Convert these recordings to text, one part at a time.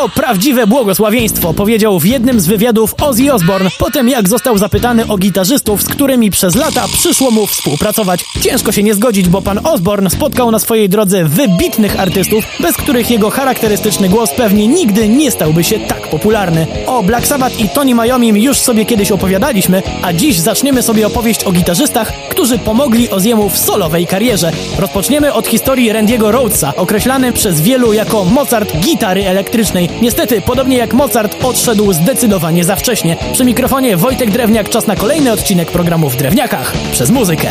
To prawdziwe błogosławieństwo, powiedział w jednym z wywiadów Ozzy Osbourne, potem jak został zapytany o gitarzystów, z którymi przez lata przyszło mu współpracować. Ciężko się nie zgodzić, bo pan Osbourne spotkał na swojej drodze wybitnych artystów, bez których jego charakterystyczny głos pewnie nigdy nie stałby się tak popularny. O Black Sabbath i Tony Iommi już sobie kiedyś opowiadaliśmy, a dziś zaczniemy sobie opowieść o gitarzystach, którzy pomogli Ozzyemu w solowej karierze. Rozpoczniemy od historii Randy'ego Rhodesa, określany przez wielu jako Mozart gitary elektrycznej. Niestety, podobnie jak Mozart, odszedł zdecydowanie za wcześnie. Przy mikrofonie Wojtek Drewniak, czas na kolejny odcinek programu W Drewniakach przez muzykę.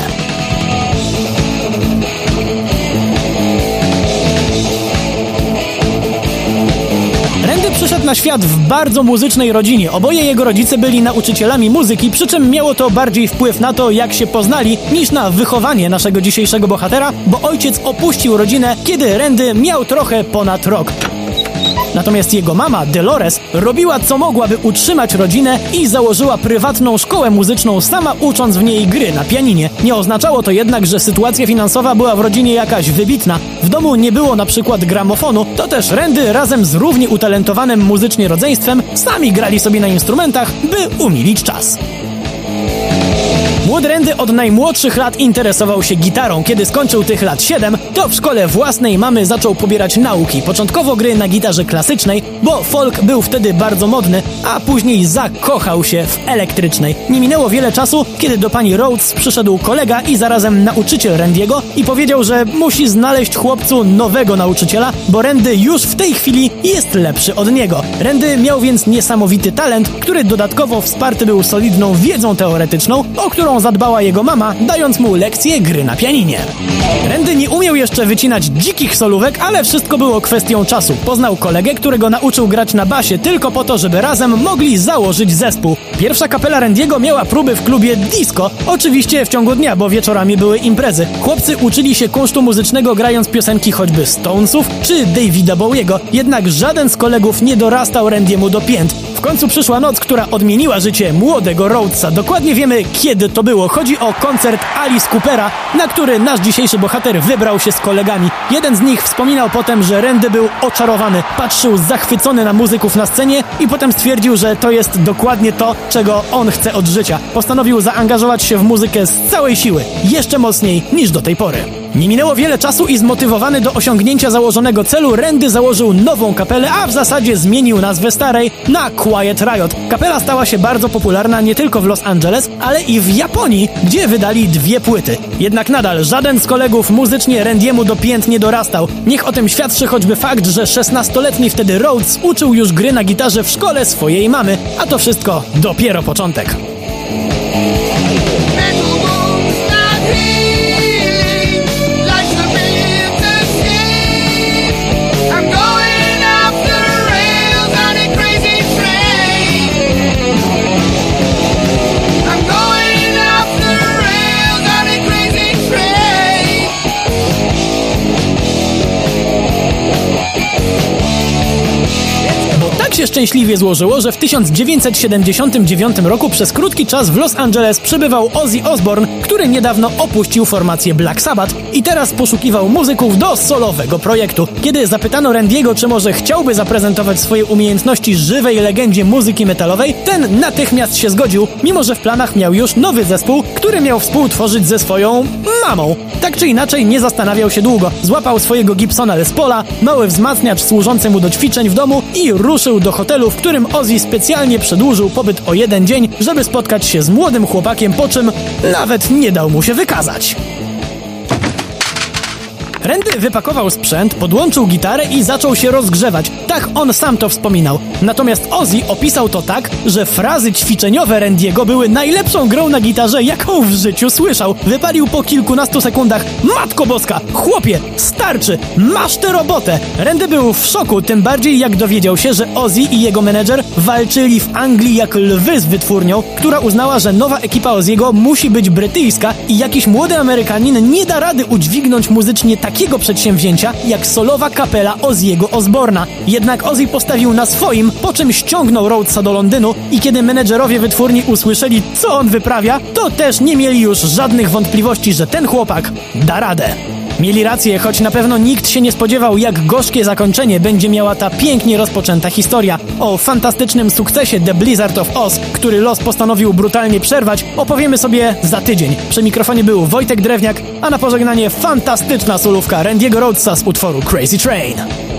Randy przyszedł na świat w bardzo muzycznej rodzinie. Oboje jego rodzice byli nauczycielami muzyki, przy czym miało to bardziej wpływ na to, jak się poznali, niż na wychowanie naszego dzisiejszego bohatera, bo ojciec opuścił rodzinę, kiedy Randy miał trochę ponad rok. Natomiast jego mama, Dolores, robiła co mogła, by utrzymać rodzinę i założyła prywatną szkołę muzyczną, sama ucząc w niej gry na pianinie. Nie oznaczało to jednak, że sytuacja finansowa była w rodzinie jakaś wybitna. W domu nie było na przykład gramofonu, to też Randy razem z równie utalentowanym muzycznie rodzeństwem sami grali sobie na instrumentach, by umilić czas. Młody Randy od najmłodszych lat interesował się gitarą. Kiedy skończył tych lat 7, to w szkole własnej mamy zaczął pobierać nauki. Początkowo gry na gitarze klasycznej, bo folk był wtedy bardzo modny, a później zakochał się w elektrycznej. Nie minęło wiele czasu, kiedy do pani Rhodes przyszedł kolega i zarazem nauczyciel Randy'ego i powiedział, że musi znaleźć chłopcu nowego nauczyciela, bo Randy już w tej chwili jest lepszy od niego. Randy miał więc niesamowity talent, który dodatkowo wsparty był solidną wiedzą teoretyczną, o którą zadbała jego mama, dając mu lekcje gry na pianinie. Randy nie umiał jeszcze wycinać dzikich solówek, ale wszystko było kwestią czasu. Poznał kolegę, którego nauczył grać na basie tylko po to, żeby razem mogli założyć zespół. Pierwsza kapela Randy'ego miała próby w klubie disco, oczywiście w ciągu dnia, bo wieczorami były imprezy. Chłopcy uczyli się kunsztu muzycznego, grając piosenki choćby Stonesów czy Davida Bowiego, jednak żaden z kolegów nie dorastał Randy'emu do pięt. W końcu przyszła noc, która odmieniła życie młodego Rhodesa. Dokładnie wiemy, kiedy to było. Chodzi o koncert Alice Coopera, na który nasz dzisiejszy bohater wybrał się z kolegami. Jeden z nich wspominał potem, że Randy był oczarowany. Patrzył zachwycony na muzyków na scenie i potem stwierdził, że to jest dokładnie to, czego on chce od życia. Postanowił zaangażować się w muzykę z całej siły, jeszcze mocniej niż do tej pory. Nie minęło wiele czasu i zmotywowany do osiągnięcia założonego celu, Randy założył nową kapelę, a w zasadzie zmienił nazwę starej na Quiet Riot. Kapela stała się bardzo popularna nie tylko w Los Angeles, ale i w Japonii, gdzie wydali 2 płyty. Jednak nadal żaden z kolegów muzycznie Randy'emu do pięt nie dorastał. Niech o tym świadczy choćby fakt, że 16-letni wtedy Rhodes uczył już gry na gitarze w szkole swojej mamy, a to wszystko dopiero początek. Się szczęśliwie złożyło, że w 1979 roku przez krótki czas w Los Angeles przebywał Ozzy Osbourne, który niedawno opuścił formację Black Sabbath i teraz poszukiwał muzyków do solowego projektu. Kiedy zapytano Randy'ego, czy może chciałby zaprezentować swoje umiejętności żywej legendzie muzyki metalowej, ten natychmiast się zgodził, mimo że w planach miał już nowy zespół, który miał współtworzyć ze swoją mamą. Tak czy inaczej nie zastanawiał się długo. Złapał swojego Gibsona Les Paula, mały wzmacniacz służący mu do ćwiczeń w domu i ruszył do hotelu, w którym Ozzy specjalnie przedłużył pobyt o 1 dzień, żeby spotkać się z młodym chłopakiem, po czym nawet nie dał mu się wykazać. Randy wypakował sprzęt, podłączył gitarę i zaczął się rozgrzewać. Tak on sam to wspominał. Natomiast Ozzy opisał to tak, że frazy ćwiczeniowe Randy'ego były najlepszą grą na gitarze, jaką w życiu słyszał. Wypalił po kilkunastu sekundach: Matko Boska, chłopie, starczy, masz tę robotę! Randy był w szoku, tym bardziej jak dowiedział się, że Ozzy i jego menedżer walczyli w Anglii jak lwy z wytwórnią, która uznała, że nowa ekipa Ozzy'ego musi być brytyjska i jakiś młody Amerykanin nie da rady udźwignąć muzycznie takiego przedsięwzięcia jak solowa kapela Ozzy'ego Osbourna. Jednak Ozzy postawił na swoim, po czym ściągnął Rhodesa do Londynu i kiedy menedżerowie wytwórni usłyszeli, co on wyprawia, to też nie mieli już żadnych wątpliwości, że ten chłopak da radę. Mieli rację, choć na pewno nikt się nie spodziewał, jak gorzkie zakończenie będzie miała ta pięknie rozpoczęta historia. O fantastycznym sukcesie The Blizzard of Oz, który los postanowił brutalnie przerwać, opowiemy sobie za tydzień. Przy mikrofonie był Wojtek Drewniak, a na pożegnanie fantastyczna solówka Randy'ego Rhodesa z utworu Crazy Train.